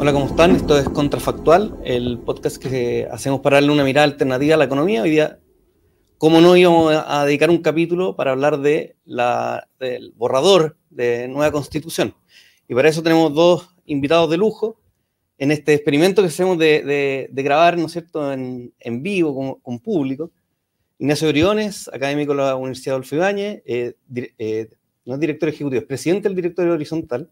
Hola, ¿cómo están? Esto es Contrafactual, el podcast que hacemos para darle una mirada alternativa a la economía. Hoy día, ¿cómo no íbamos a dedicar un capítulo para hablar del borrador de nueva constitución? Y para eso tenemos dos invitados de lujo en este experimento que hacemos de grabar, ¿no es cierto?, en vivo, con público. Ignacio Briones, académico de la Universidad Adolfo Ibáñez, no es director ejecutivo, es presidente del directorio horizontal,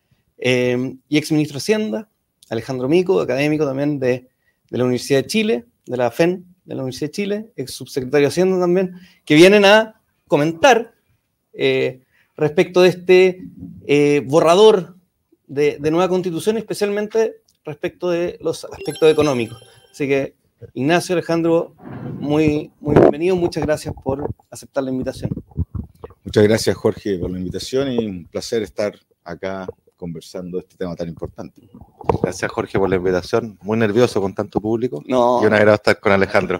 y exministro de Hacienda. Alejandro Mico, académico también de la Universidad de Chile, de la FEN de la Universidad de Chile, ex subsecretario de Hacienda también, que vienen a comentar respecto de este borrador de nueva constitución, especialmente respecto de los aspectos económicos. Así que, Ignacio, Alejandro, muy bienvenidos, muchas gracias por aceptar la invitación. Muchas gracias, Jorge, por la invitación y un placer estar acá conversando de este tema tan importante. Gracias, Jorge, por la invitación. Muy nervioso con tanto público. No. Y un agrado estar con Alejandro.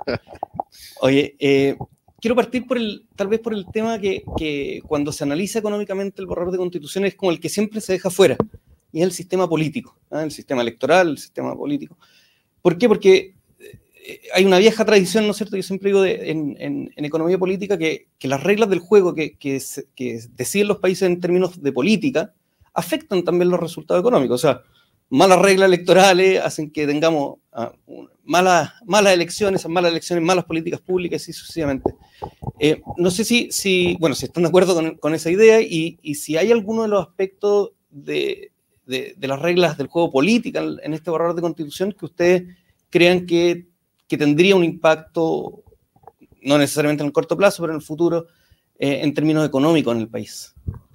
Oye, quiero partir tal vez por el tema que cuando se analiza económicamente el borrador de constitución es como el que siempre se deja fuera, y es el sistema político, ¿eh? El sistema electoral, el sistema político. ¿Por qué? Porque hay una vieja tradición, ¿no es cierto?, yo siempre digo en economía política que las reglas del juego que deciden los países en términos de política afectan también los resultados económicos. O sea, malas reglas electorales hacen que tengamos malas elecciones, malas políticas públas y sucesivamente. No sé si están de acuerdo con esa idea y si hay alguno de los aspectos de las reglas del juego política en este borrador de constitución que ustedes crean que tendría un impacto, no necesariamente en el corto plazo, pero en el futuro, en términos económicos en el país.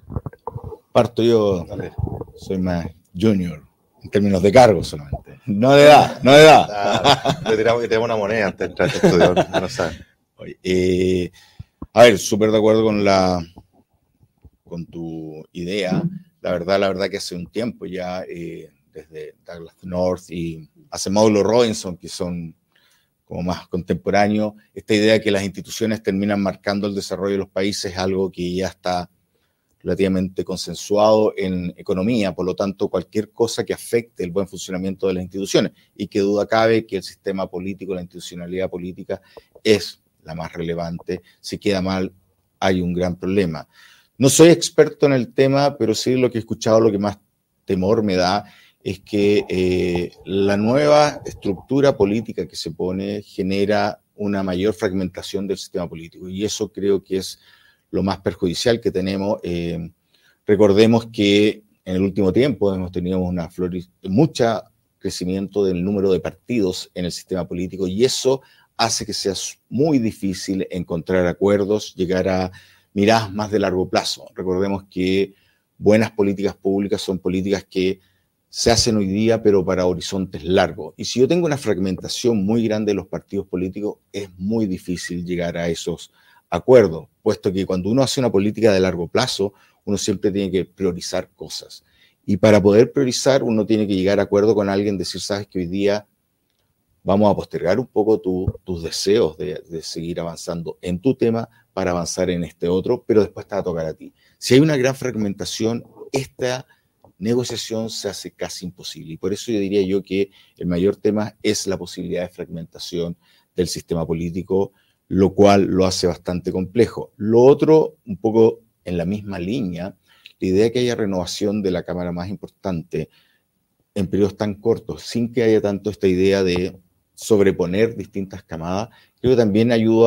Parto yo, soy más junior, en términos de cargo solamente. No de edad. Le tiramos una moneda antes de entrar a este estudio, no saben. Oye, a ver, súper de acuerdo con tu idea. La verdad que hace un tiempo ya, desde Douglas North y hace Módulo Robinson, que son como más contemporáneos, esta idea de que las instituciones terminan marcando el desarrollo de los países es algo que ya está relativamente consensuado en economía, por lo tanto, cualquier cosa que afecte el buen funcionamiento de las instituciones, y que duda cabe que el sistema político, la institucionalidad política es la más relevante. Si queda mal, hay un gran problema. No soy experto en el tema, pero sí lo que he escuchado, lo que más temor me da es que la nueva estructura política que se pone genera una mayor fragmentación del sistema político, y eso creo que es lo más perjudicial que tenemos. Recordemos que en el último tiempo hemos tenido mucho crecimiento del número de partidos en el sistema político, y eso hace que sea muy difícil encontrar acuerdos, llegar a miradas más de largo plazo. Recordemos que buenas políticas públicas son políticas que se hacen hoy día, pero para horizontes largos. Y si yo tengo una fragmentación muy grande de los partidos políticos, es muy difícil llegar a esos acuerdos, puesto que cuando uno hace una política de largo plazo, uno siempre tiene que priorizar cosas. Y para poder priorizar, uno tiene que llegar a acuerdo con alguien, decir, sabes que hoy día vamos a postergar un poco tus deseos de seguir avanzando en tu tema para avanzar en este otro, pero después te va a tocar a ti. Si hay una gran fragmentación, esta negociación se hace casi imposible. Y por eso yo diría que el mayor tema es la posibilidad de fragmentación del sistema político, lo cual lo hace bastante complejo. Lo otro, un poco en la misma línea, la idea de que haya renovación de la Cámara más importante en periodos tan cortos, sin que haya tanto esta idea de sobreponer distintas camadas, creo que también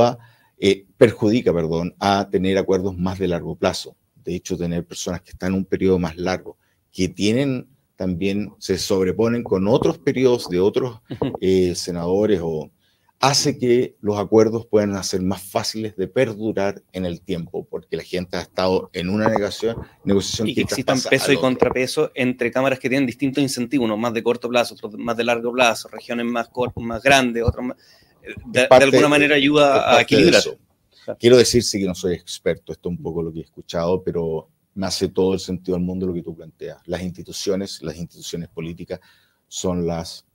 perjudica a tener acuerdos más de largo plazo. De hecho, tener personas que están en un periodo más largo, que también se sobreponen con otros periodos de otros senadores, hace que los acuerdos puedan ser más fáciles de perdurar en el tiempo, porque la gente ha estado en una negociación y que existan peso y contrapeso entre cámaras que tienen distintos incentivos, unos más de corto plazo, otros más de largo plazo, regiones más grandes, otros más, de alguna manera ayuda a equilibrar. Quiero decir, sí, que no soy experto, esto es un poco lo que he escuchado, pero me hace todo el sentido del mundo lo que tú planteas. Las instituciones políticas son las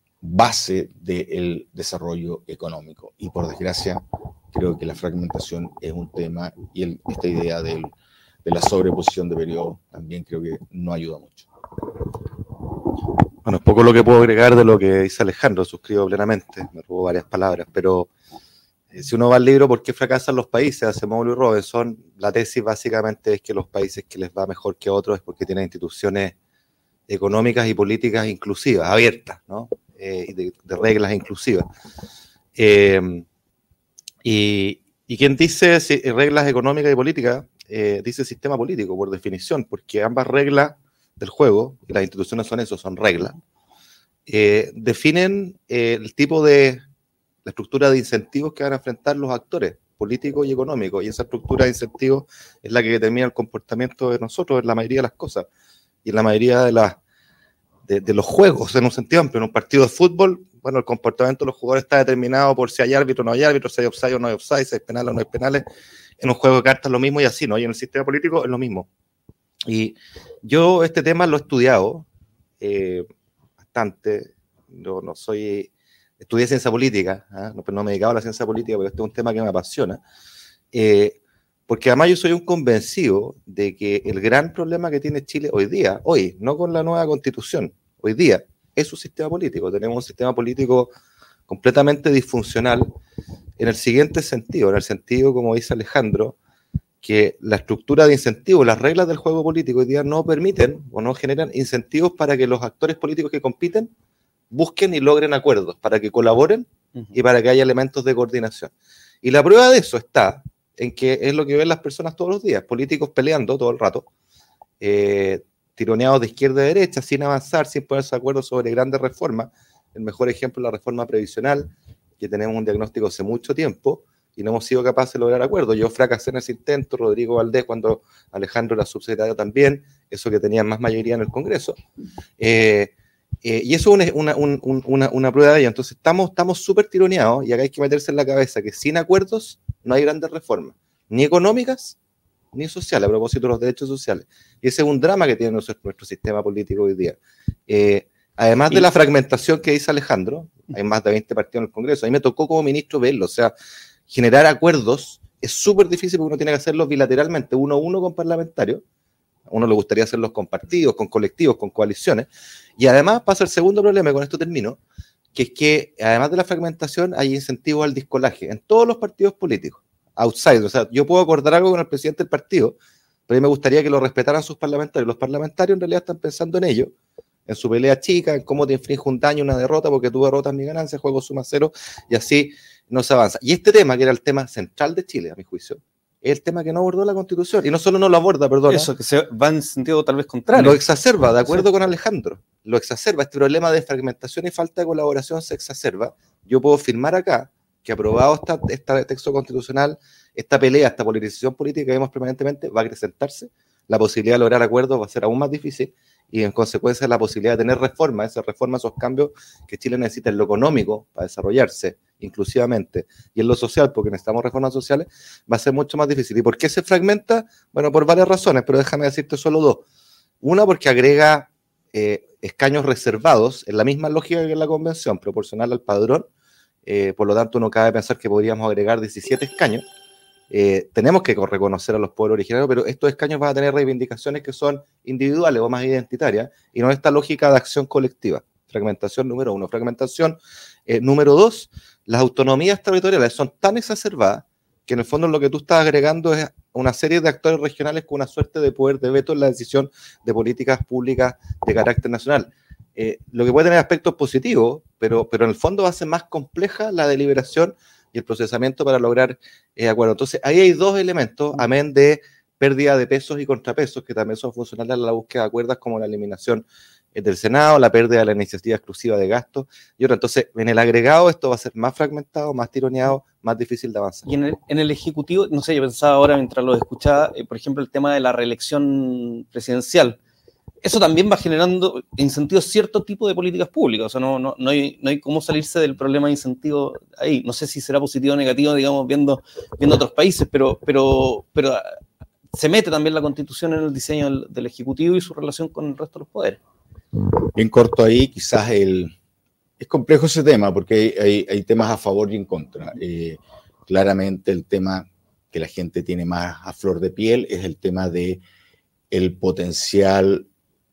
base del desarrollo económico, y por desgracia creo que la fragmentación es un tema, y esta idea de la sobreposición de periodos también creo que no ayuda mucho. Bueno, es poco lo que puedo agregar de lo que dice Alejandro, suscribo plenamente, me robó varias palabras, pero si uno va al libro ¿Por qué fracasan los países?, hace Acemoglu y Robinson, la tesis básicamente es que los países que les va mejor que otros es porque tienen instituciones económicas y políticas inclusivas, abiertas, ¿no? Y de reglas inclusivas. Y quien dice reglas económicas y políticas, dice sistema político, por definición, porque ambas reglas del juego, y las instituciones son eso, son reglas, definen el tipo de la estructura de incentivos que van a enfrentar los actores políticos y económicos, y esa estructura de incentivos es la que determina el comportamiento de nosotros en la mayoría de las cosas, y en la mayoría de los juegos, en un sentido amplio. En un partido de fútbol, bueno, el comportamiento de los jugadores está determinado por si hay árbitro o no hay árbitro, si hay offside o no hay offside, si hay penales o no hay penales. En un juego de cartas es lo mismo y así, ¿no? Y en el sistema político es lo mismo. Y yo este tema lo he estudiado bastante. Yo no soy... Estudié ciencia política, no me he dedicado a la ciencia política, pero este es un tema que me apasiona. Porque además yo soy un convencido de que el gran problema que tiene Chile hoy, no con la nueva constitución, hoy día, es su sistema político. Tenemos un sistema político completamente disfuncional en el siguiente sentido, en el sentido, como dice Alejandro, que la estructura de incentivos, las reglas del juego político hoy día no permiten o no generan incentivos para que los actores políticos que compiten busquen y logren acuerdos, para que colaboren y para que haya elementos de coordinación. Y la prueba de eso está en que es lo que ven las personas todos los días, políticos peleando todo el rato, tironeados de izquierda a derecha, sin avanzar, sin ponerse de acuerdo sobre grandes reformas. El mejor ejemplo es la reforma previsional, que tenemos un diagnóstico hace mucho tiempo y no hemos sido capaces de lograr acuerdos. Yo fracasé en ese intento, Rodrigo Valdés, cuando Alejandro era subsecretario también, eso que tenía más mayoría en el Congreso. Y eso es una prueba de ello. Entonces estamos súper tironeados y acá hay que meterse en la cabeza que sin acuerdos no hay grandes reformas, ni económicas ni sociales, a propósito de los derechos sociales. Y ese es un drama que tiene nuestro sistema político hoy día. Además de la fragmentación que dice Alejandro, hay más de 20 partidos en el Congreso, a mí me tocó como ministro verlo, o sea, generar acuerdos es súper difícil porque uno tiene que hacerlos bilateralmente, uno a uno con parlamentarios. A uno le gustaría hacerlos con partidos, con colectivos, con coaliciones. Y además pasa el segundo problema, y con esto termino, que es que además de la fragmentación hay incentivos al discolaje en todos los partidos políticos, outside. O sea, yo puedo acordar algo con el presidente del partido, pero a mí me gustaría que lo respetaran sus parlamentarios. Los parlamentarios en realidad están pensando en ello, en su pelea chica, en cómo te inflige un daño, una derrota, porque tú derrotas mi ganancia, juego suma cero, y así no se avanza. Y este tema, que era el tema central de Chile, a mi juicio, es el tema que no abordó la Constitución, y no solo no lo aborda, perdón. Eso, que se va en sentido tal vez contrario. Lo exacerba, de acuerdo con Alejandro, lo exacerba. Este problema de fragmentación y falta de colaboración se exacerba. Yo puedo firmar acá que aprobado este texto constitucional, esta pelea, esta polarización política que vemos permanentemente va a acrecentarse, la posibilidad de lograr acuerdos va a ser aún más difícil, y en consecuencia la posibilidad de tener reformas, esos cambios que Chile necesita en lo económico para desarrollarse inclusivamente y en lo social, porque necesitamos reformas sociales, va a ser mucho más difícil. ¿Y por qué se fragmenta? Bueno, por varias razones, pero déjame decirte solo dos. Una, porque agrega escaños reservados en la misma lógica que en la convención, proporcional al padrón. Por lo tanto, no cabe pensar que podríamos agregar 17 escaños. Tenemos que reconocer a los pueblos originarios, pero estos escaños van a tener reivindicaciones que son individuales o más identitarias, y no esta lógica de acción colectiva. Fragmentación número uno. Fragmentación número dos, las autonomías territoriales son tan exacerbadas que en el fondo lo que tú estás agregando es una serie de actores regionales con una suerte de poder de veto en la decisión de políticas públicas de carácter nacional. Lo que puede tener aspectos positivos, pero en el fondo va a ser más compleja la deliberación y el procesamiento para lograr acuerdos. Entonces, ahí hay dos elementos, amén de pérdida de pesos y contrapesos, que también son funcionales a la búsqueda de acuerdos, como la eliminación del Senado, la pérdida de la iniciativa exclusiva de gastos y otro. Entonces, en el agregado, esto va a ser más fragmentado, más tironeado, más difícil de avanzar. Y en el Ejecutivo, no sé, yo pensaba ahora mientras lo escuchaba, por ejemplo, el tema de la reelección presidencial. Eso también va generando incentivos cierto tipo de políticas públicas. O sea, no hay cómo salirse del problema de incentivos ahí. No sé si será positivo o negativo, digamos, viendo otros países, pero se mete también la Constitución en el diseño del Ejecutivo y su relación con el resto de los poderes. Bien corto ahí, quizás es complejo ese tema, porque hay temas a favor y en contra. Claramente el tema que la gente tiene más a flor de piel es el tema de el potencial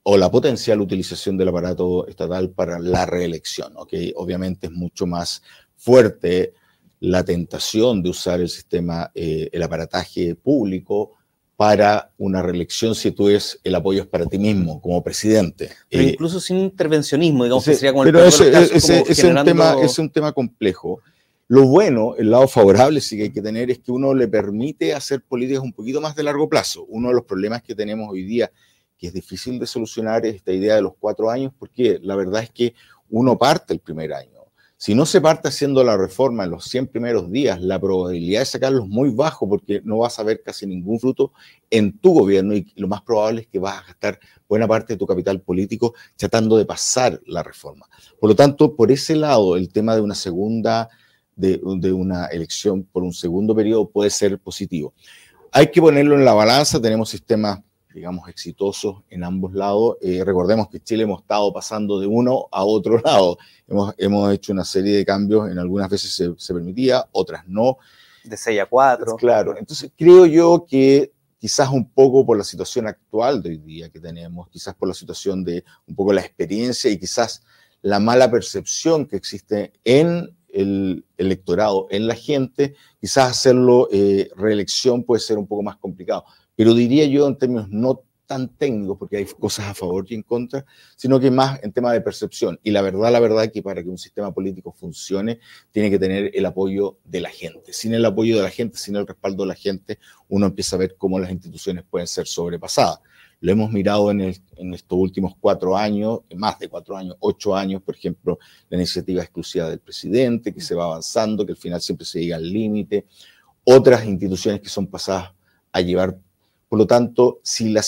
o la potencial utilización del aparato estatal para la reelección, ¿ok? Obviamente es mucho más fuerte la tentación de usar el sistema, el aparataje público para una reelección si tú el apoyo es para ti mismo como presidente. Pero incluso sin intervencionismo, digamos que sería como pero ese es un tema complejo. Lo bueno, el lado favorable sí que hay que tener es que uno le permite hacer políticas un poquito más de largo plazo. Uno de los problemas que tenemos hoy día, que es difícil de solucionar, es esta idea de los 4 años, porque la verdad es que uno parte el primer año. Si no se parte haciendo la reforma en los 100 primeros días, la probabilidad de sacarlos es muy bajo porque no vas a ver casi ningún fruto en tu gobierno y lo más probable es que vas a gastar buena parte de tu capital político tratando de pasar la reforma. Por lo tanto, por ese lado, el tema de una segunda, de una elección por un segundo periodo puede ser positivo. Hay que ponerlo en la balanza, tenemos sistemas, digamos, exitosos en ambos lados. Recordemos que Chile hemos estado pasando de uno a otro lado. Hemos hecho una serie de cambios, en algunas veces se permitía, otras no. De 6 a 4. Claro, entonces creo yo que quizás un poco por la situación actual de hoy día que tenemos, quizás por la situación de un poco la experiencia y quizás la mala percepción que existe en el electorado, en la gente, quizás hacerlo reelección puede ser un poco más complicado. Pero diría yo en términos no tan técnicos, porque hay cosas a favor y en contra, sino que más en tema de percepción. Y la verdad que para que un sistema político funcione, tiene que tener el apoyo de la gente. Sin el apoyo de la gente, sin el respaldo de la gente, uno empieza a ver cómo las instituciones pueden ser sobrepasadas. Lo hemos mirado en estos últimos 4 años, más de 4 años, 8 años, por ejemplo, la iniciativa exclusiva del presidente, que se va avanzando, que al final siempre se llega al límite. Otras instituciones que son pasadas a llevar. Por lo tanto, si la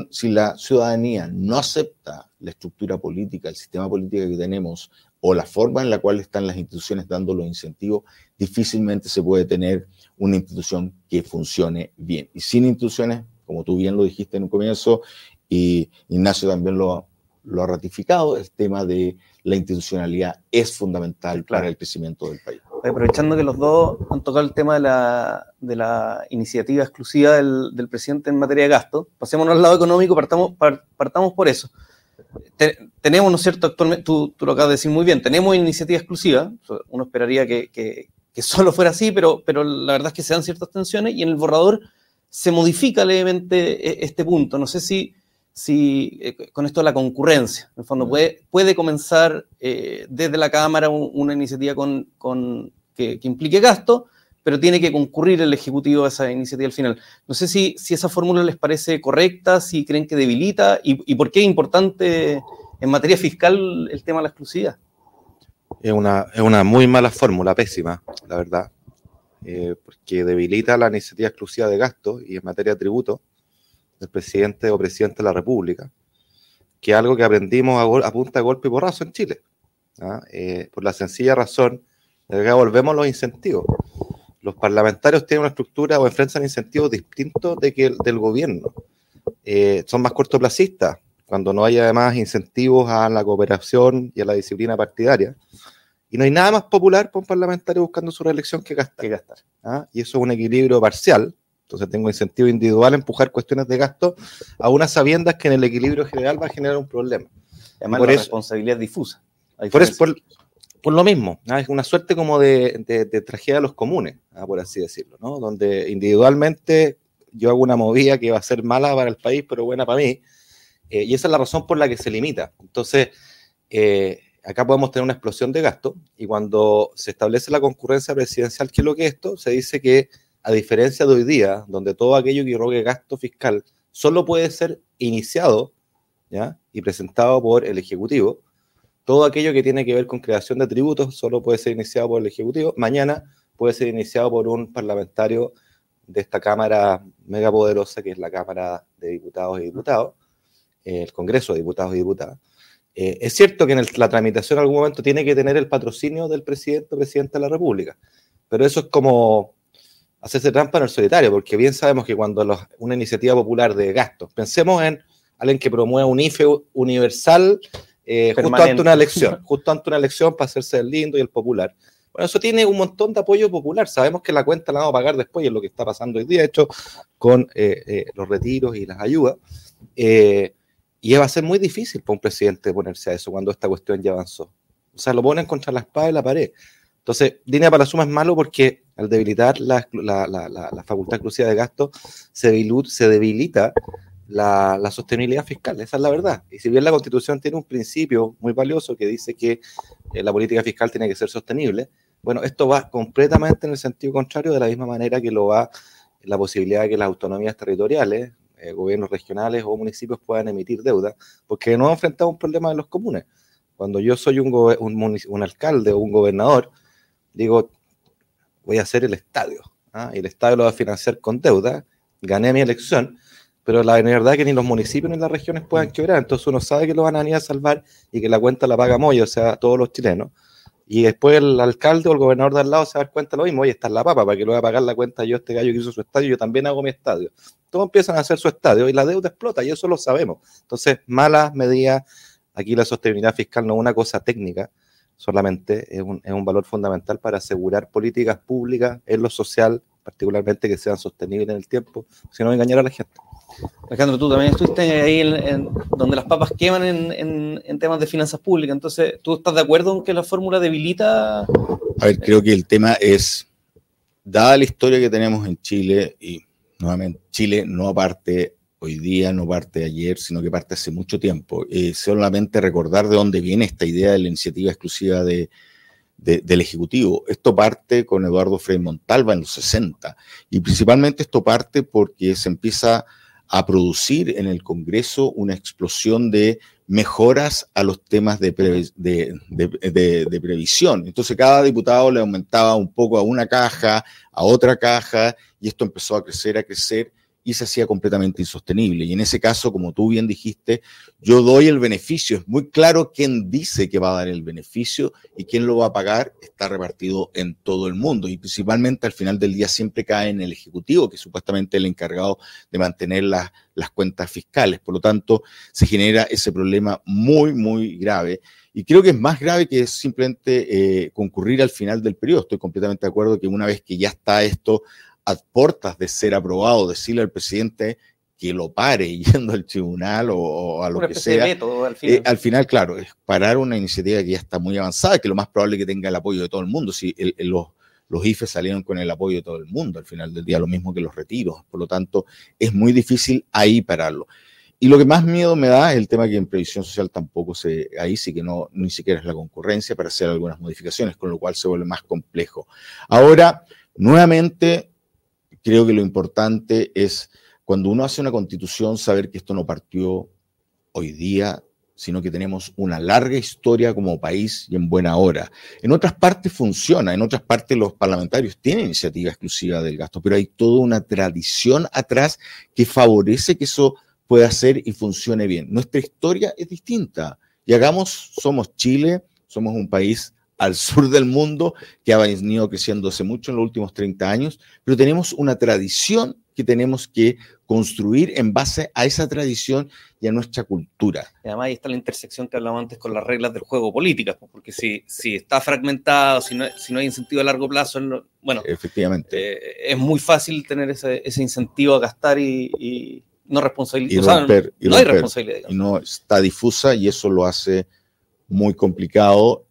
ciudadanía no acepta la estructura política, el sistema político que tenemos o la forma en la cual están las instituciones dando los incentivos, difícilmente se puede tener una institución que funcione bien. Y sin instituciones, como tú bien lo dijiste en un comienzo, y Ignacio también lo ha ratificado, el tema de la institucionalidad es fundamental para el crecimiento del país. Aprovechando que los dos han tocado el tema de la iniciativa exclusiva del presidente en materia de gasto, pasémonos al lado económico, partamos por eso. Tenemos, ¿no es cierto?, actualmente, tú lo acabas de decir muy bien, tenemos iniciativa exclusiva, uno esperaría que solo fuera así, pero la verdad es que se dan ciertas tensiones y en el borrador se modifica levemente este punto. No sé si con esto de la concurrencia, en el fondo puede comenzar desde la Cámara una iniciativa que implique gasto, pero tiene que concurrir el Ejecutivo a esa iniciativa al final. No sé si esa fórmula les parece correcta, si creen que debilita, y por qué es importante en materia fiscal el tema de la exclusividad. Es una muy mala fórmula, pésima, la verdad, porque debilita la iniciativa exclusiva de gasto y en materia de tributo del presidente o presidente de la República, que es algo que aprendimos a punta de golpe y porrazo en Chile, por la sencilla razón de que volvemos a los incentivos. Los parlamentarios tienen una estructura o enfrentan incentivos distintos del gobierno. Son más cortoplacistas, cuando no hay además incentivos a la cooperación y a la disciplina partidaria. Y no hay nada más popular para un parlamentario buscando su reelección que gastar. Y eso es un equilibrio parcial. Entonces tengo incentivo individual a empujar cuestiones de gasto a unas sabiendas que en el equilibrio general va a generar un problema. Además, la responsabilidad difusa. Por lo mismo, es una suerte como de tragedia de los comunes, por así decirlo, ¿no? Donde individualmente yo hago una movida que va a ser mala para el país, pero buena para mí, y esa es la razón por la que se limita. Entonces, acá podemos tener una explosión de gasto, y cuando se establece la concurrencia presidencial, ¿qué es lo que es esto? Se dice que, a diferencia de hoy día, donde todo aquello que rogue gasto fiscal solo puede ser iniciado, ¿ya?, y presentado por el Ejecutivo, todo aquello que tiene que ver con creación de tributos solo puede ser iniciado por el Ejecutivo, mañana puede ser iniciado por un parlamentario de esta Cámara megapoderosa, que es la Cámara de Diputados y Diputados, el Congreso de Diputados y Diputadas. Es cierto que en la tramitación en algún momento tiene que tener el patrocinio del presidente o presidenta de la República, pero eso es como hacerse trampa en el solitario, porque bien sabemos que cuando una iniciativa popular de gastos, pensemos en alguien que promueva un IFE universal justo ante una elección para hacerse el lindo y el popular. Bueno, eso tiene un montón de apoyo popular. Sabemos que la cuenta la vamos a pagar después, y es lo que está pasando hoy día, de hecho, con los retiros y las ayudas. Y va a ser muy difícil para un presidente ponerse a eso cuando esta cuestión ya avanzó. O sea, lo ponen contra la espada y la pared. Entonces, línea para la suma es malo porque al debilitar la facultad exclusiva de gasto, se debilita la sostenibilidad fiscal. Esa es la verdad. Y si bien la Constitución tiene un principio muy valioso que dice que la política fiscal tiene que ser sostenible, bueno, esto va completamente en el sentido contrario, de la misma manera que lo va la posibilidad de que las autonomías territoriales, gobiernos regionales o municipios puedan emitir deuda, porque no enfrentamos un problema de los comunes. Cuando yo soy un alcalde o un gobernador, digo, voy a hacer el estadio, ¿ah? Y el estadio lo va a financiar con deuda, gané mi elección, pero la verdad es que ni los municipios ni las regiones puedan quebrar, entonces uno sabe que lo van a venir a salvar y que la cuenta la paga Moyo, o sea, todos los chilenos, y después el alcalde o el gobernador de al lado se va a dar cuenta de lo mismo, oye, está en la papa, para que lo voy a pagar la cuenta yo, este gallo que hizo su estadio, yo también hago mi estadio. Todos empiezan a hacer su estadio y la deuda explota, y eso lo sabemos. Entonces, malas medidas, aquí la sostenibilidad fiscal no es una cosa técnica, solamente es un valor fundamental para asegurar políticas públicas en lo social, particularmente que sean sostenibles en el tiempo, si no engañar a la gente. Alejandro, tú también estuviste ahí donde las papas queman en temas de finanzas públicas, entonces, ¿tú estás de acuerdo en que la fórmula debilita? A ver, creo que el tema es, dada la historia que tenemos en Chile, y nuevamente Chile no parte hoy día, no parte ayer, sino que parte hace mucho tiempo, solamente recordar de dónde viene esta idea de la iniciativa exclusiva del Ejecutivo. Esto parte con Eduardo Frei Montalva en los 60, y principalmente esto parte porque se empieza a producir en el Congreso una explosión de mejoras a los temas de previsión. Entonces cada diputado le aumentaba un poco a una caja, a otra caja, y esto empezó a crecer, y se hacía completamente insostenible. Y en ese caso, como tú bien dijiste, yo doy el beneficio. Es muy claro quién dice que va a dar el beneficio y quién lo va a pagar. Está repartido en todo el mundo, y principalmente al final del día siempre cae en el Ejecutivo, que es supuestamente el encargado de mantener las cuentas fiscales. Por lo tanto, se genera ese problema muy, muy grave. Y creo que es más grave que simplemente concurrir al final del periodo. Estoy completamente de acuerdo que una vez que ya está esto a puertas de ser aprobado, decirle al presidente que lo pare yendo al tribunal o a lo que sea. Veto, al final, claro, es parar una iniciativa que ya está muy avanzada, que lo más probable es que tenga el apoyo de todo el mundo. Si los IFE salieron con el apoyo de todo el mundo al final del día, lo mismo que los retiros. Por lo tanto, es muy difícil ahí pararlo. Y lo que más miedo me da es el tema que en previsión social tampoco ahí sí que no, ni siquiera es la concurrencia para hacer algunas modificaciones, con lo cual se vuelve más complejo. Ahora, nuevamente, creo que lo importante es, cuando uno hace una constitución, saber que esto no partió hoy día, sino que tenemos una larga historia como país y en buena hora. En otras partes funciona, en otras partes los parlamentarios tienen iniciativa exclusiva del gasto, pero hay toda una tradición atrás que favorece que eso pueda ser y funcione bien. Nuestra historia es distinta. Y somos Chile, somos un país al sur del mundo, que ha venido creciendo hace mucho en los últimos 30 años, pero tenemos una tradición que tenemos que construir en base a esa tradición y a nuestra cultura. Y además ahí está la intersección que hablábamos antes con las reglas del juego políticas, porque si está fragmentado, si no hay incentivo a largo plazo, bueno, efectivamente, es muy fácil tener ese incentivo a gastar y no responsabilidad. No hay responsabilidad. Digamos. Y no está difusa, y eso lo hace muy complicado.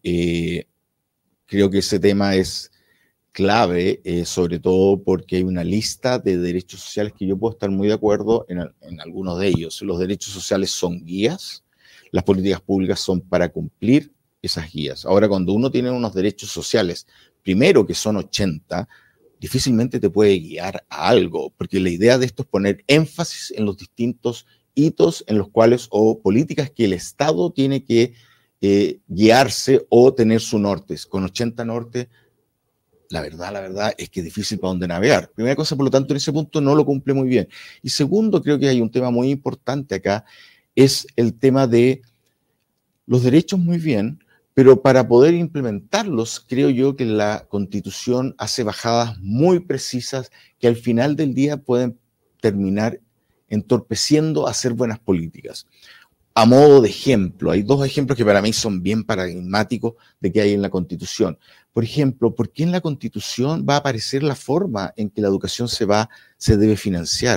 Creo que ese tema es clave, sobre todo porque hay una lista de derechos sociales que yo puedo estar muy de acuerdo en algunos de ellos. Los derechos sociales son guías, las políticas públicas son para cumplir esas guías. Ahora, cuando uno tiene unos derechos sociales, primero que son 80, difícilmente te puede guiar a algo, porque la idea de esto es poner énfasis en los distintos hitos en los cuales, o políticas que el Estado tiene que guiarse o tener su norte. Con 80 norte, la verdad es que es difícil para dónde navegar. Primera cosa, por lo tanto, en ese punto no lo cumple muy bien. Y segundo, creo que hay un tema muy importante acá, es el tema de los derechos, muy bien, pero para poder implementarlos, creo yo que la Constitución hace bajadas muy precisas que al final del día pueden terminar entorpeciendo hacer buenas políticas. A modo de ejemplo, hay dos ejemplos que para mí son bien paradigmáticos de qué hay en la Constitución. Por ejemplo, ¿por qué en la Constitución va a aparecer la forma en que la educación se debe financiar?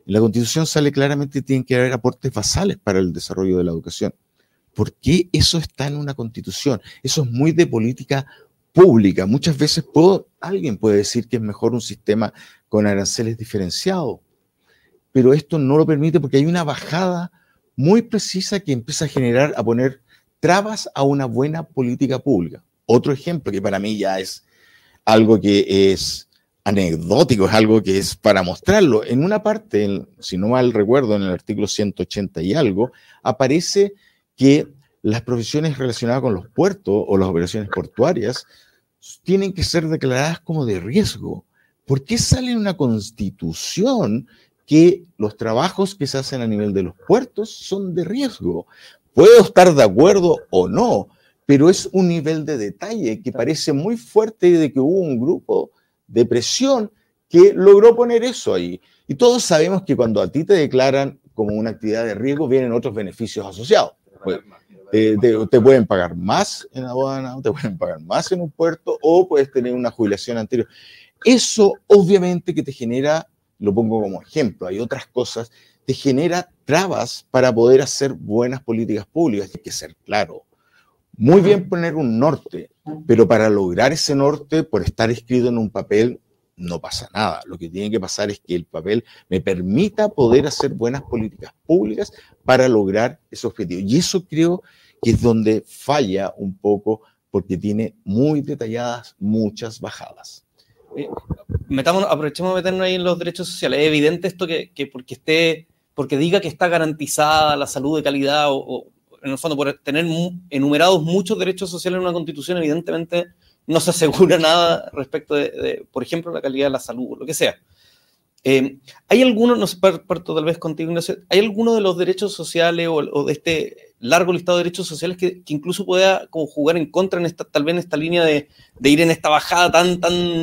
En la Constitución sale claramente que tienen que haber aportes basales para el desarrollo de la educación. ¿Por qué eso está en una Constitución? Eso es muy de política pública. Muchas veces alguien puede decir que es mejor un sistema con aranceles diferenciados, pero esto no lo permite porque hay una bajada muy precisa que empieza a poner trabas a una buena política pública. Otro ejemplo que para mí ya es algo que es anecdótico, es algo que es para mostrarlo. En una parte, si no mal recuerdo, en el artículo 180 y algo, aparece que las profesiones relacionadas con los puertos o las operaciones portuarias tienen que ser declaradas como de riesgo. ¿Por qué sale en una Constitución que los trabajos que se hacen a nivel de los puertos son de riesgo? Puedo estar de acuerdo o no, pero es un nivel de detalle que parece muy fuerte de que hubo un grupo de presión que logró poner eso ahí. Y todos sabemos que cuando a ti te declaran como una actividad de riesgo, vienen otros beneficios asociados. Pues, te pueden pagar más en aduana, te pueden pagar más en un puerto, o puedes tener una jubilación anterior. Eso obviamente que te genera, lo pongo como ejemplo, hay otras cosas, te genera trabas para poder hacer buenas políticas públicas. Hay que ser claro. Muy bien poner un norte, pero para lograr ese norte, por estar escrito en un papel, no pasa nada. Lo que tiene que pasar es que el papel me permita poder hacer buenas políticas públicas para lograr ese objetivo. Y eso creo que es donde falla un poco, porque tiene muy detalladas muchas bajadas. Aprovechemos de meternos ahí en los derechos sociales. Es evidente esto que porque diga que está garantizada la salud de calidad o en el fondo, por tener enumerados muchos derechos sociales en una Constitución, evidentemente no se asegura nada respecto de, por ejemplo, la calidad de la salud, o lo que sea. ¿Hay alguno, no sé, parto tal vez contigo, Ignacio, ¿hay alguno de los derechos sociales o de este largo listado de derechos sociales que incluso pueda como jugar en contra tal vez en esta línea de ir en esta bajada tan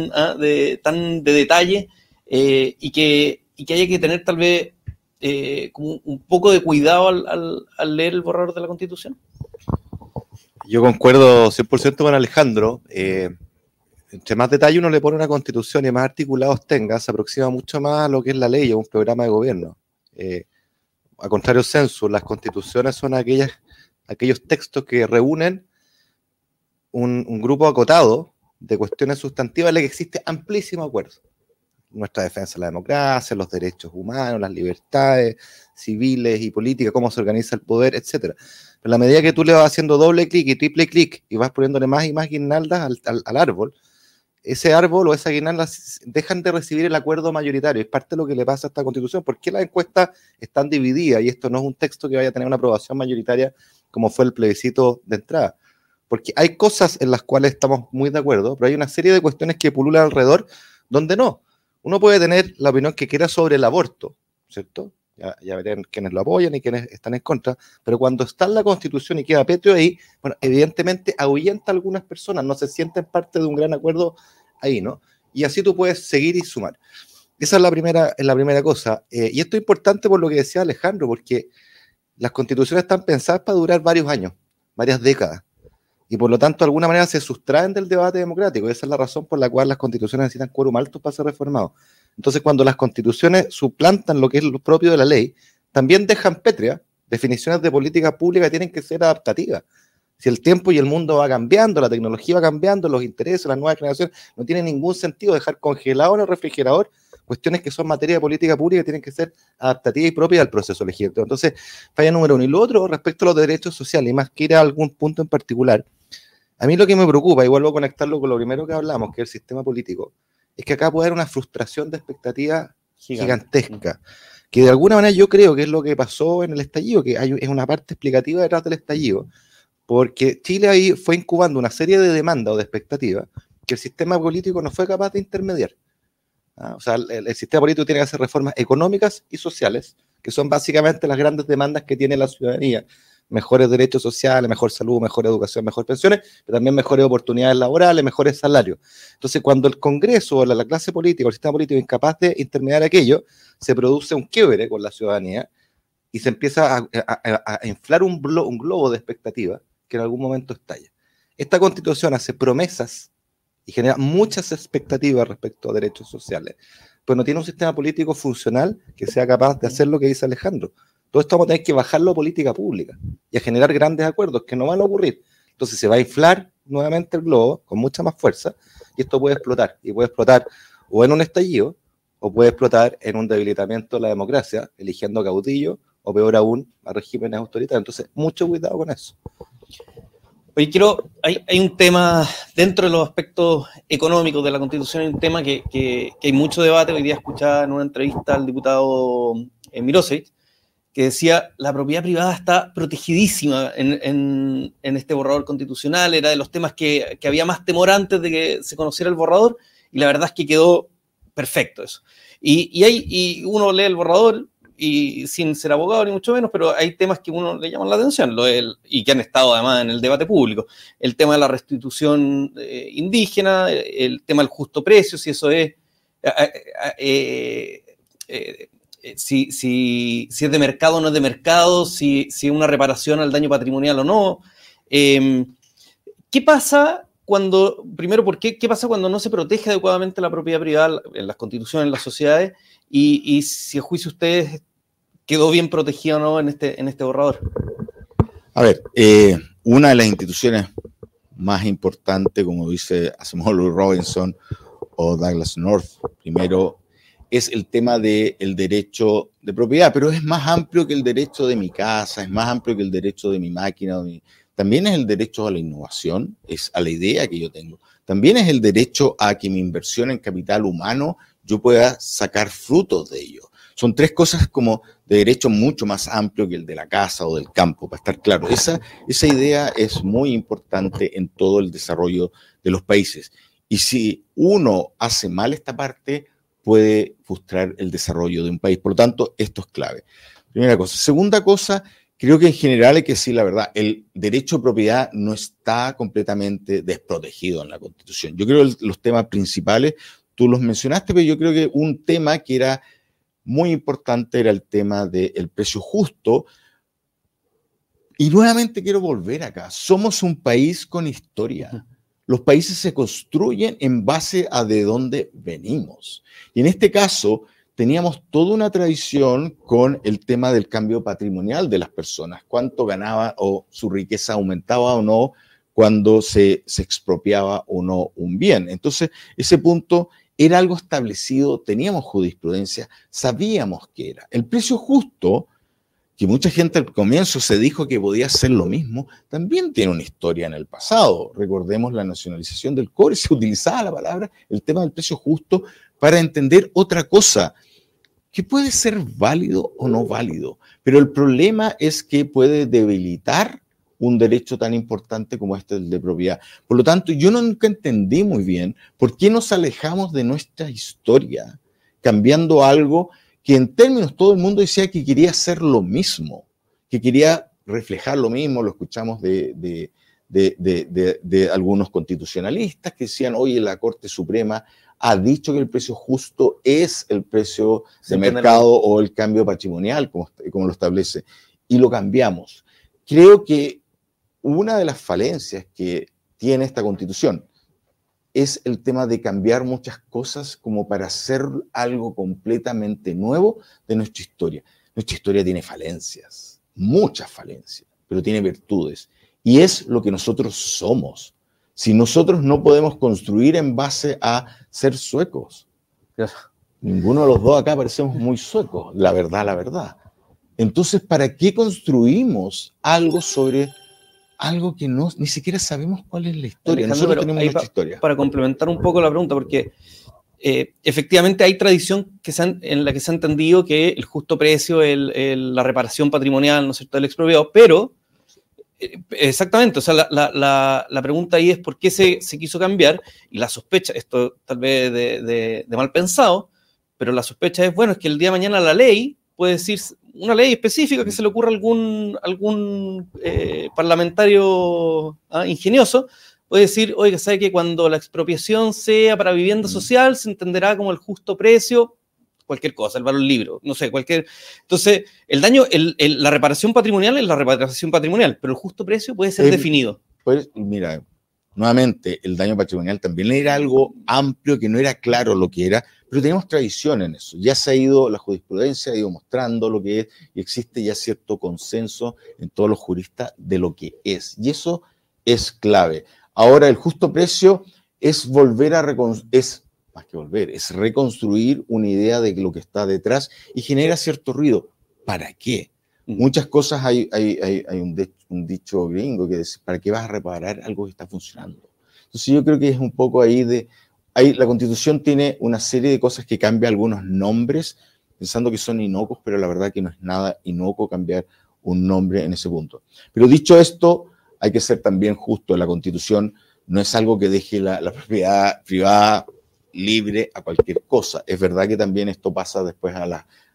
de detalle y que haya que tener tal vez como un poco de cuidado al leer el borrador de la Constitución? Yo concuerdo 100% con Alejandro. Entre más detalle uno le pone a una Constitución y más articulados tenga, se aproxima mucho más a lo que es la ley o un programa de gobierno. A contrario censo, las constituciones son aquellos textos que reúnen un grupo acotado de cuestiones sustantivas en las que existe amplísimo acuerdo. Nuestra defensa de la democracia, los derechos humanos, las libertades civiles y políticas, cómo se organiza el poder, etc. Pero a la medida que tú le vas haciendo doble clic y triple clic y vas poniéndole más y más guirnaldas al árbol, ese árbol o esa guirnalda dejan de recibir el acuerdo mayoritario. Es parte de lo que le pasa a esta Constitución. ¿Por qué las encuestas están divididas? Y esto no es un texto que vaya a tener una aprobación mayoritaria como fue el plebiscito de entrada. Porque hay cosas en las cuales estamos muy de acuerdo, pero hay una serie de cuestiones que pululan alrededor donde no. Uno puede tener la opinión que quiera sobre el aborto, ¿cierto? Ya verán quienes lo apoyan y quienes están en contra, pero cuando está en la Constitución y queda pétreo ahí, bueno, evidentemente ahuyenta a algunas personas, no se sienten parte de un gran acuerdo ahí, ¿no? Y así tú puedes seguir y sumar. Esa es la primera cosa. Y esto es importante por lo que decía Alejandro, porque las constituciones están pensadas para durar varios años, varias décadas. Y por lo tanto, de alguna manera se sustraen del debate democrático. Y esa es la razón por la cual las constituciones necesitan quórum alto para ser reformados. Entonces, cuando las constituciones suplantan lo que es lo propio de la ley, también dejan pétrea definiciones de política pública que tienen que ser adaptativas. Si el tiempo y el mundo va cambiando, la tecnología va cambiando, los intereses, las nuevas generaciones, no tiene ningún sentido dejar congelado en el refrigerador cuestiones que son materia de política pública que tienen que ser adaptativas y propias al proceso legislativo. Entonces, falla número uno. Y lo otro, respecto a los derechos sociales, y más que ir a algún punto en particular, a mí lo que me preocupa, y vuelvo a conectarlo con lo primero que hablamos, que es el sistema político, es que acá puede haber una frustración de expectativa gigantesca, que de alguna manera yo creo que es lo que pasó en el estallido, que es una parte explicativa detrás del estallido, porque Chile ahí fue incubando una serie de demandas o de expectativas que el sistema político no fue capaz de intermediar. O sea, el sistema político tiene que hacer reformas económicas y sociales, que son básicamente las grandes demandas que tiene la ciudadanía. Mejores derechos sociales, mejor salud, mejor educación, mejor pensiones, pero también mejores oportunidades laborales, mejores salarios. Entonces, cuando el Congreso o la clase política o el sistema político es incapaz de intermediar aquello, se produce un quiebre con la ciudadanía y se empieza a inflar un globo de expectativa que en algún momento estalla. Esta Constitución hace promesas y genera muchas expectativas respecto a derechos sociales, pero no tiene un sistema político funcional que sea capaz de hacer lo que dice Alejandro. Todo esto vamos a tener que bajarlo a política pública y a generar grandes acuerdos que no van a ocurrir. Entonces se va a inflar nuevamente el globo con mucha más fuerza y esto puede explotar. Y puede explotar o en un estallido o puede explotar en un debilitamiento de la democracia, eligiendo caudillos o peor aún, a regímenes autoritarios. Entonces, mucho cuidado con eso. Oye, hay un tema dentro de los aspectos económicos de la Constitución, hay un tema que hay mucho debate. Hoy día escuchaba en una entrevista al diputado Mirosevic, que decía la propiedad privada está protegidísima en este borrador constitucional, era de los temas que había más temor antes de que se conociera el borrador, y la verdad es que quedó perfecto eso. Y uno lee el borrador, y sin ser abogado ni mucho menos, pero hay temas que uno le llaman la atención, y que han estado además en el debate público. El tema de la restitución indígena, el tema del justo precio, si eso es... si es de mercado o no es de mercado, si es una reparación al daño patrimonial o no. ¿Qué pasa cuando, primero, qué pasa cuando no se protege adecuadamente la propiedad privada en las constituciones, en las sociedades, y si a juicio ustedes quedó bien protegido o no en este borrador? A ver, una de las instituciones más importantes, como dice Asimov Robinson o Douglas North, primero, es el tema del derecho de propiedad, pero es más amplio que el derecho de mi casa, es más amplio que el derecho de mi máquina, también es el derecho a la innovación, es a la idea que yo tengo, también es el derecho a que mi inversión en capital humano yo pueda sacar frutos de ello. Son tres cosas como de derecho mucho más amplio que el de la casa o del campo, para estar claro. Esa idea es muy importante en todo el desarrollo de los países. Y si uno hace mal esta parte, puede frustrar el desarrollo de un país. Por lo tanto, esto es clave. Primera cosa. Segunda cosa, creo que en general hay que decir la verdad, el derecho de propiedad no está completamente desprotegido en la Constitución. Yo creo que los temas principales, tú los mencionaste, pero yo creo que un tema que era muy importante era el tema del precio justo. Y nuevamente quiero volver acá. Somos un país con historia. Los países se construyen en base a de dónde venimos. Y en este caso, teníamos toda una tradición con el tema del cambio patrimonial de las personas. Cuánto ganaba o su riqueza aumentaba o no cuando se expropiaba o no un bien. Entonces, ese punto era algo establecido, teníamos jurisprudencia, sabíamos que era. El precio justo, que mucha gente al comienzo se dijo que podía ser lo mismo, también tiene una historia en el pasado. Recordemos la nacionalización del cobre, se utilizaba la palabra, el tema del precio justo, para entender otra cosa, que puede ser válido o no válido, pero el problema es que puede debilitar un derecho tan importante como este el de propiedad. Por lo tanto, yo nunca entendí muy bien por qué nos alejamos de nuestra historia, cambiando algo que en términos todo el mundo decía que quería hacer lo mismo, que quería reflejar lo mismo. Lo escuchamos de algunos constitucionalistas que decían, oye, la Corte Suprema ha dicho que el precio justo es el precio de mercado o el cambio patrimonial, como lo establece, y lo cambiamos. Creo que una de las falencias que tiene esta Constitución es el tema de cambiar muchas cosas como para hacer algo completamente nuevo de nuestra historia. Nuestra historia tiene falencias, muchas falencias, pero tiene virtudes. Y es lo que nosotros somos. Si nosotros no podemos construir en base a ser suecos, ninguno de los dos acá parecemos muy suecos, la verdad, la verdad. Entonces, ¿para qué construimos algo sobre algo que ni siquiera sabemos cuál es la historia? Nosotros tenemos nuestra historia. Para complementar un poco la pregunta, porque efectivamente hay tradición en la que se ha entendido que el justo precio, la reparación patrimonial, ¿no es cierto?, del expropiado, pero exactamente, o sea, la pregunta ahí es por qué se quiso cambiar, y la sospecha, esto tal vez de mal pensado, pero la sospecha es, bueno, es que el día de mañana la ley puede decir, una ley específica que se le ocurra a algún parlamentario ingenioso, puede decir, oiga, ¿sabe que cuando la expropiación sea para vivienda social se entenderá como el justo precio? Cualquier cosa, el valor libre, no sé, cualquier... Entonces, el daño, la reparación patrimonial es la reparación patrimonial, pero el justo precio puede ser definido. Pues, mira, nuevamente, el daño patrimonial también era algo amplio que no era claro lo que era, pero tenemos tradición en eso. Ya se ha ido, la jurisprudencia ha ido mostrando lo que es y existe ya cierto consenso en todos los juristas de lo que es. Y eso es clave. Ahora, el justo precio es volver a más que volver, es reconstruir una idea de lo que está detrás y genera cierto ruido. ¿Para qué? Muchas cosas hay un dicho gringo que dice, ¿para qué vas a reparar algo que está funcionando? Entonces yo creo que es un poco la Constitución tiene una serie de cosas que cambia algunos nombres, pensando que son inocuos, pero la verdad que no es nada inocuo cambiar un nombre en ese punto. Pero dicho esto, hay que ser también justo. La Constitución no es algo que deje la propiedad privada libre a cualquier cosa. Es verdad que también esto pasa después a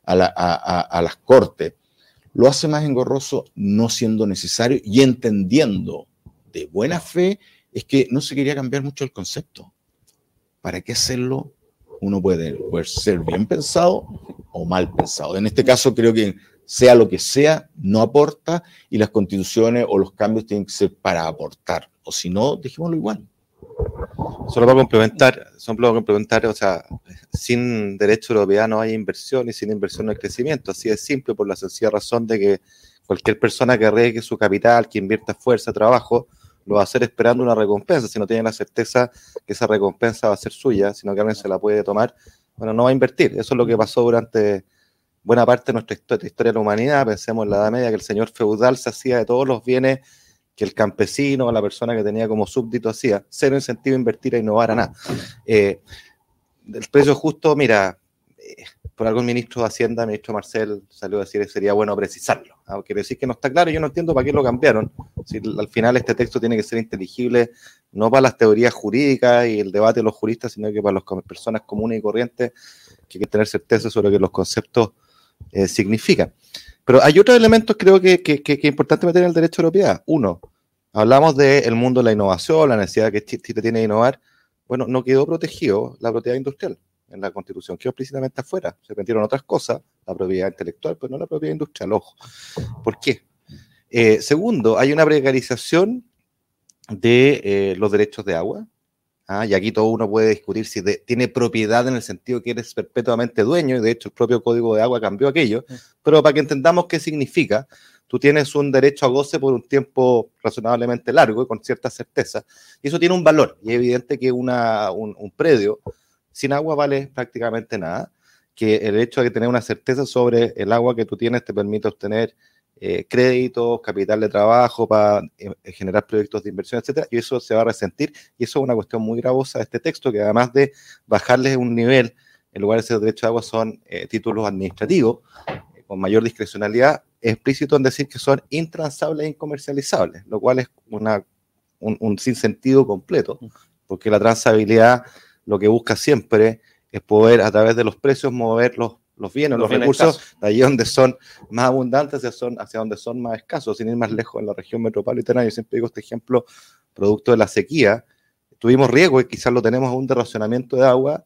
las cortes. Lo hace más engorroso no siendo necesario y entendiendo de buena fe es que no se quería cambiar mucho el concepto. ¿Para qué hacerlo? Uno puede ser bien pensado o mal pensado. En este caso creo que sea lo que sea, no aporta y las constituciones o los cambios tienen que ser para aportar. O si no, dejémoslo igual. Solo para complementar, o sea, sin derecho de propiedad no hay inversión y sin inversión no hay crecimiento. Así de simple, por la sencilla razón de que cualquier persona que arriesgue su capital, que invierta fuerza, trabajo, lo va a hacer esperando una recompensa. Si no tiene la certeza que esa recompensa va a ser suya, sino que alguien se la puede tomar, bueno, no va a invertir. Eso es lo que pasó durante buena parte de nuestra historia de la humanidad. Pensemos en la Edad Media, que el señor feudal se hacía de todos los bienes que el campesino o la persona que tenía como súbdito hacía. Cero incentivo a invertir, a innovar, a nada. El precio justo, mira, por algún ministro de Hacienda, el ministro Marcel, salió a decir que sería bueno precisarlo. Quiere decir que no está claro, yo no entiendo para qué lo cambiaron. Si al final este texto tiene que ser inteligible, no para las teorías jurídicas y el debate de los juristas, sino que para las personas comunes y corrientes que hay que tener certeza sobre lo que los conceptos significan. Pero hay otros elementos creo que es importante meter en el derecho de propiedad. Uno, hablamos del mundo de la innovación, la necesidad que Chile tiene de innovar. Bueno, no quedó protegido la propiedad industrial en la Constitución, quedó explícitamente afuera. Se metieron otras cosas, la propiedad intelectual, pero no la propiedad industrial, ojo. ¿Por qué? Segundo, hay una precarización de los derechos de agua. Y aquí todo uno puede discutir si tiene propiedad en el sentido que eres perpetuamente dueño, y de hecho el propio Código de Agua cambió aquello, pero para que entendamos qué significa, tú tienes un derecho a goce por un tiempo razonablemente largo y con cierta certeza, y eso tiene un valor, y es evidente que un predio sin agua vale prácticamente nada, que el hecho de tener una certeza sobre el agua que tú tienes te permite obtener créditos, capital de trabajo para generar proyectos de inversión, etcétera, y eso se va a resentir, y eso es una cuestión muy gravosa de este texto, que además de bajarles un nivel, en lugar de ser derecho de agua, son títulos administrativos, con mayor discrecionalidad, explícito en decir que son intransables e incomercializables, lo cual es un sinsentido completo, porque la transabilidad lo que busca siempre es poder, a través de los precios, mover los bienes, los recursos, de allí donde son más abundantes hacia donde son más escasos, sin ir más lejos en la región metropolitana. Yo siempre digo este ejemplo, producto de la sequía, tuvimos riesgo y quizás lo tenemos aún de racionamiento de agua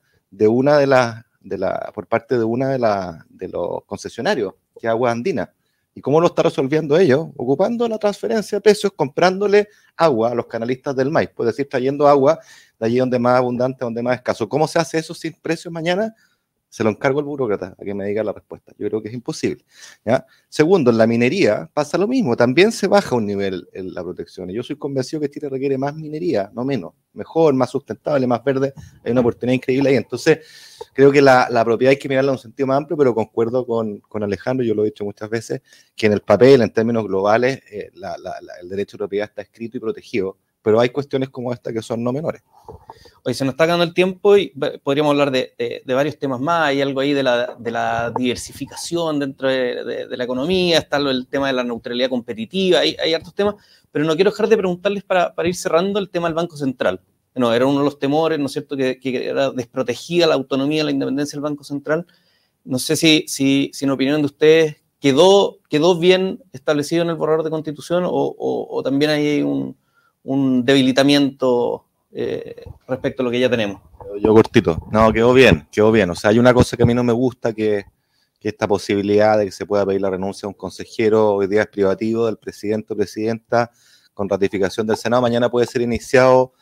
por parte de de los concesionarios, que es Agua Andina. ¿Y cómo lo está resolviendo ellos? Ocupando la transferencia de precios, comprándole agua a los canalistas del maíz, es decir, trayendo agua de allí donde más abundante, donde más escaso. ¿Cómo se hace eso sin precios mañana? Se lo encargo al burócrata a que me diga la respuesta. Yo creo que es imposible, ¿ya? Segundo, en la minería pasa lo mismo. También se baja un nivel en la protección. Y yo soy convencido que Chile requiere más minería, no menos. Mejor, más sustentable, más verde. Hay una oportunidad increíble ahí. Entonces, creo que la propiedad hay que mirarla en un sentido más amplio, pero concuerdo con Alejandro, yo lo he dicho muchas veces, que en el papel, en términos globales, el derecho de propiedad está escrito y protegido. Pero hay cuestiones como esta que son no menores. Hoy se nos está acabando el tiempo y podríamos hablar de varios temas más. Hay algo ahí de la diversificación dentro de la economía, está el tema de la neutralidad competitiva, hay hartos temas, pero no quiero dejar de preguntarles para ir cerrando el tema del Banco Central. Bueno, era uno de los temores, ¿no es cierto?, que era desprotegida la autonomía, la independencia del Banco Central. No sé si en opinión de ustedes quedó bien establecido en el borrador de Constitución o también hay un debilitamiento respecto a lo que ya tenemos. Yo cortito. No, quedó bien. O sea, hay una cosa que a mí no me gusta, que esta posibilidad de que se pueda pedir la renuncia a un consejero, hoy día es privativo del presidente o presidenta, con ratificación del Senado. Mañana puede ser iniciado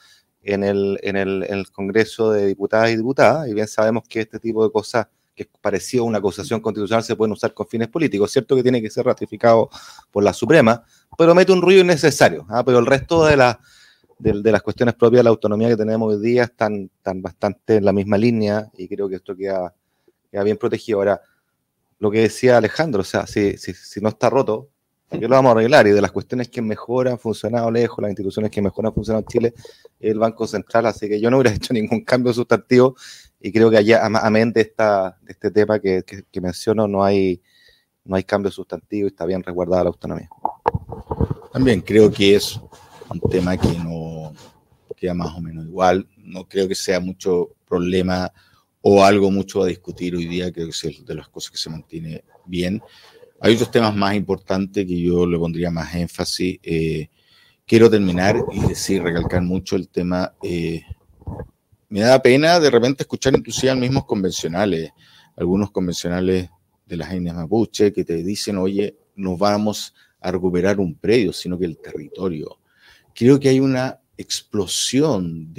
en el Congreso de Diputadas y Diputadas, y bien sabemos que este tipo de cosas que es parecido a una acusación constitucional se pueden usar con fines políticos. Es cierto que tiene que ser ratificado por la Suprema, pero mete un ruido innecesario, pero el resto de las cuestiones propias de la autonomía que tenemos hoy día están bastante en la misma línea, y creo que esto queda bien protegido. Ahora, lo que decía Alejandro, o sea, si no está roto, ¿por qué lo vamos a arreglar? Y de las cuestiones que mejor han funcionado lejos, las instituciones que mejor han funcionado en Chile, el Banco Central, así que yo no hubiera hecho ningún cambio sustantivo, y creo que allá, amén de este tema que menciono, no hay cambio sustantivo y está bien resguardada la autonomía. También creo que es un tema que no queda más o menos igual, no creo que sea mucho problema o algo mucho a discutir hoy día, creo que es de las cosas que se mantiene bien. Hay otros temas más importantes que yo le pondría más énfasis. Quiero terminar y recalcar mucho el tema. Me da pena de repente escuchar inclusive a mismos convencionales, algunos convencionales de las etnias mapuche que te dicen, oye, nos vamos a recuperar un predio, sino que el territorio. Creo que hay una explosión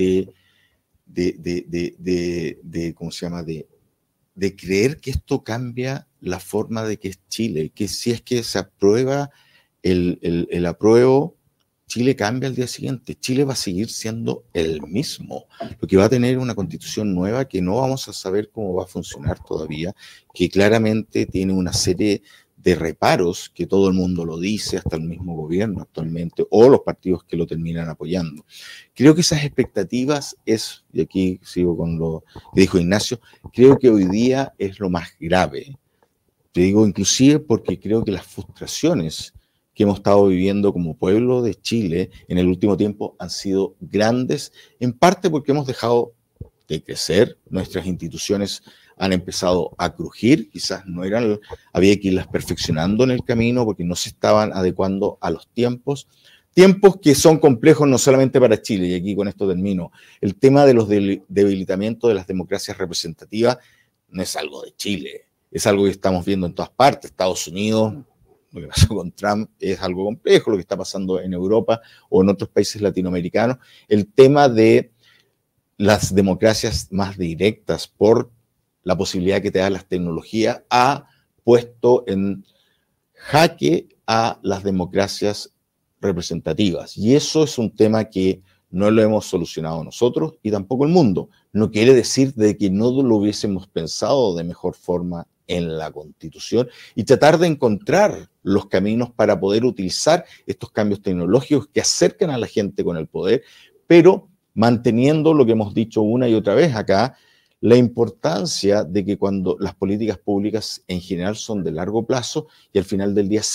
¿cómo se llama? De creer que esto cambia la forma de que es Chile, que si es que se aprueba el apruebo, Chile cambia al día siguiente. Chile va a seguir siendo el mismo. Lo que va a tener una constitución nueva que no vamos a saber cómo va a funcionar todavía, que claramente tiene una serie de reparos, que todo el mundo lo dice, hasta el mismo gobierno actualmente, o los partidos que lo terminan apoyando. Creo que esas expectativas y aquí sigo con lo que dijo Ignacio, creo que hoy día es lo más grave. Te digo inclusive porque creo que las frustraciones que hemos estado viviendo como pueblo de Chile en el último tiempo han sido grandes, en parte porque hemos dejado de crecer, nuestras instituciones han empezado a crujir, quizás había que irlas perfeccionando en el camino porque no se estaban adecuando a los tiempos que son complejos no solamente para Chile, y aquí con esto termino. El tema de los debilitamientos de las democracias representativas no es algo de Chile, es algo que estamos viendo en todas partes. Estados Unidos, lo que pasó con Trump es algo complejo, lo que está pasando en Europa o en otros países latinoamericanos. El tema de las democracias más directas por la posibilidad que te dan las tecnologías ha puesto en jaque a las democracias representativas. Y eso es un tema que no lo hemos solucionado nosotros y tampoco el mundo. No quiere decir de que no lo hubiésemos pensado de mejor forma en la Constitución y tratar de encontrar los caminos para poder utilizar estos cambios tecnológicos que acercan a la gente con el poder, pero manteniendo lo que hemos dicho una y otra vez acá, la importancia de que cuando las políticas públicas en general son de largo plazo y al final del día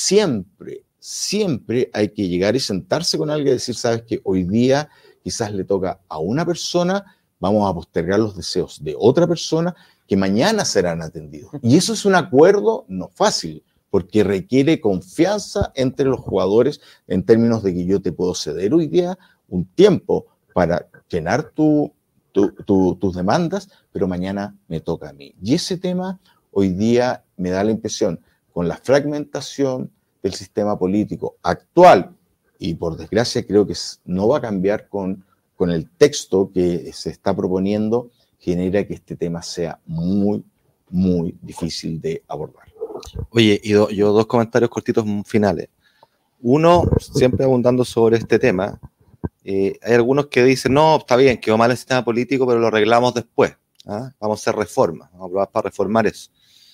siempre hay que llegar y sentarse con alguien y decir, sabes que hoy día quizás le toca a una persona, vamos a postergar los deseos de otra persona que mañana serán atendidos. Y eso es un acuerdo no fácil, porque requiere confianza entre los jugadores en términos de que yo te puedo ceder hoy día un tiempo para llenar tus demandas, pero mañana me toca a mí. Y ese tema hoy día me da la impresión, con la fragmentación del sistema político actual, y por desgracia creo que no va a cambiar con el texto que se está proponiendo, genera que este tema sea muy, muy difícil de abordar. Oye, y yo dos comentarios cortitos finales. Uno, siempre abundando sobre este tema, hay algunos que dicen, no, está bien, quedó mal el sistema político, pero lo arreglamos después. Vamos a hacer reformas, vamos a probar para reformar eso.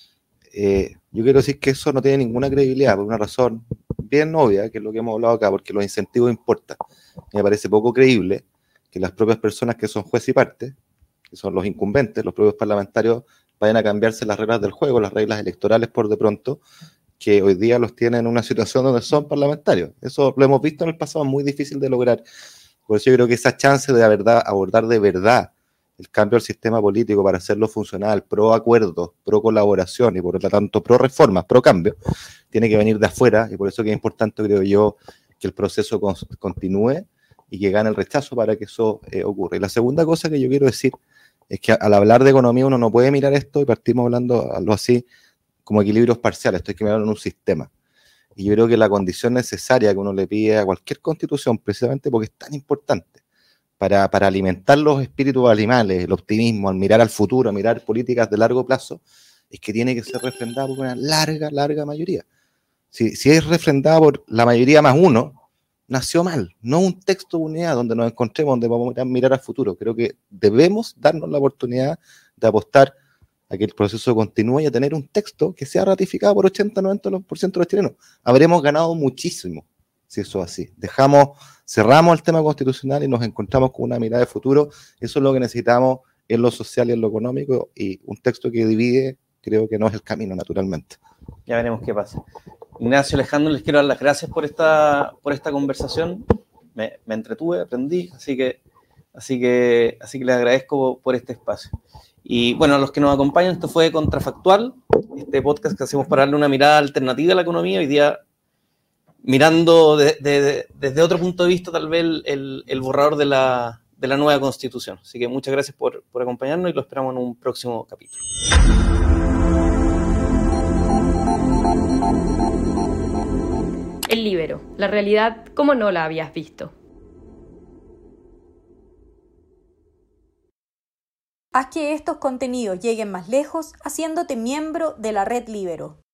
Yo quiero decir que eso no tiene ninguna credibilidad, por una razón bien obvia, que es lo que hemos hablado acá, porque los incentivos importan. Me parece poco creíble que las propias personas que son juez y parte, que son los incumbentes, los propios parlamentarios, vayan a cambiarse las reglas del juego, las reglas electorales por de pronto, que hoy día los tienen en una situación donde son parlamentarios. Eso lo hemos visto en el pasado, es muy difícil de lograr. Por eso yo creo que esa chance de abordar de verdad el cambio del sistema político para hacerlo funcional, pro acuerdos, pro colaboración y por lo tanto pro reformas, pro cambio, tiene que venir de afuera, y por eso que es importante, creo yo, que el proceso continúe y que gane el rechazo para que eso ocurra. Y la segunda cosa que yo quiero decir es que al hablar de economía uno no puede mirar esto, y partimos hablando algo así como equilibrios parciales, esto hay que mirarlo en un sistema. Y yo creo que la condición necesaria que uno le pide a cualquier constitución, precisamente porque es tan importante para alimentar los espíritus animales, el optimismo, al mirar al futuro, a mirar políticas de largo plazo, es que tiene que ser refrendada por una larga mayoría. Si es refrendada por la mayoría más uno, nació mal. No un texto de unidad donde nos encontremos, donde vamos a mirar al futuro. Creo que debemos darnos la oportunidad de apostar a que el proceso continúe y a tener un texto que sea ratificado por 80-90% de los chilenos. Habremos ganado muchísimo si eso es así. Cerramos el tema constitucional y nos encontramos con una mirada de futuro. Eso es lo que necesitamos en lo social y en lo económico, y un texto que divide creo que no es el camino, naturalmente. Ya veremos qué pasa. Ignacio, Alejandro, les quiero dar las gracias por esta conversación. Me entretuve, aprendí, así que les agradezco por este espacio. Y bueno, a los que nos acompañan, esto fue Contrafactual, este podcast que hacemos para darle una mirada alternativa a la economía, hoy día mirando desde otro punto de vista tal vez el borrador de la nueva Constitución. Así que muchas gracias por acompañarnos y lo esperamos en un próximo capítulo. El Líbero, la realidad como no la habías visto. Haz que estos contenidos lleguen más lejos haciéndote miembro de la Red Líbero.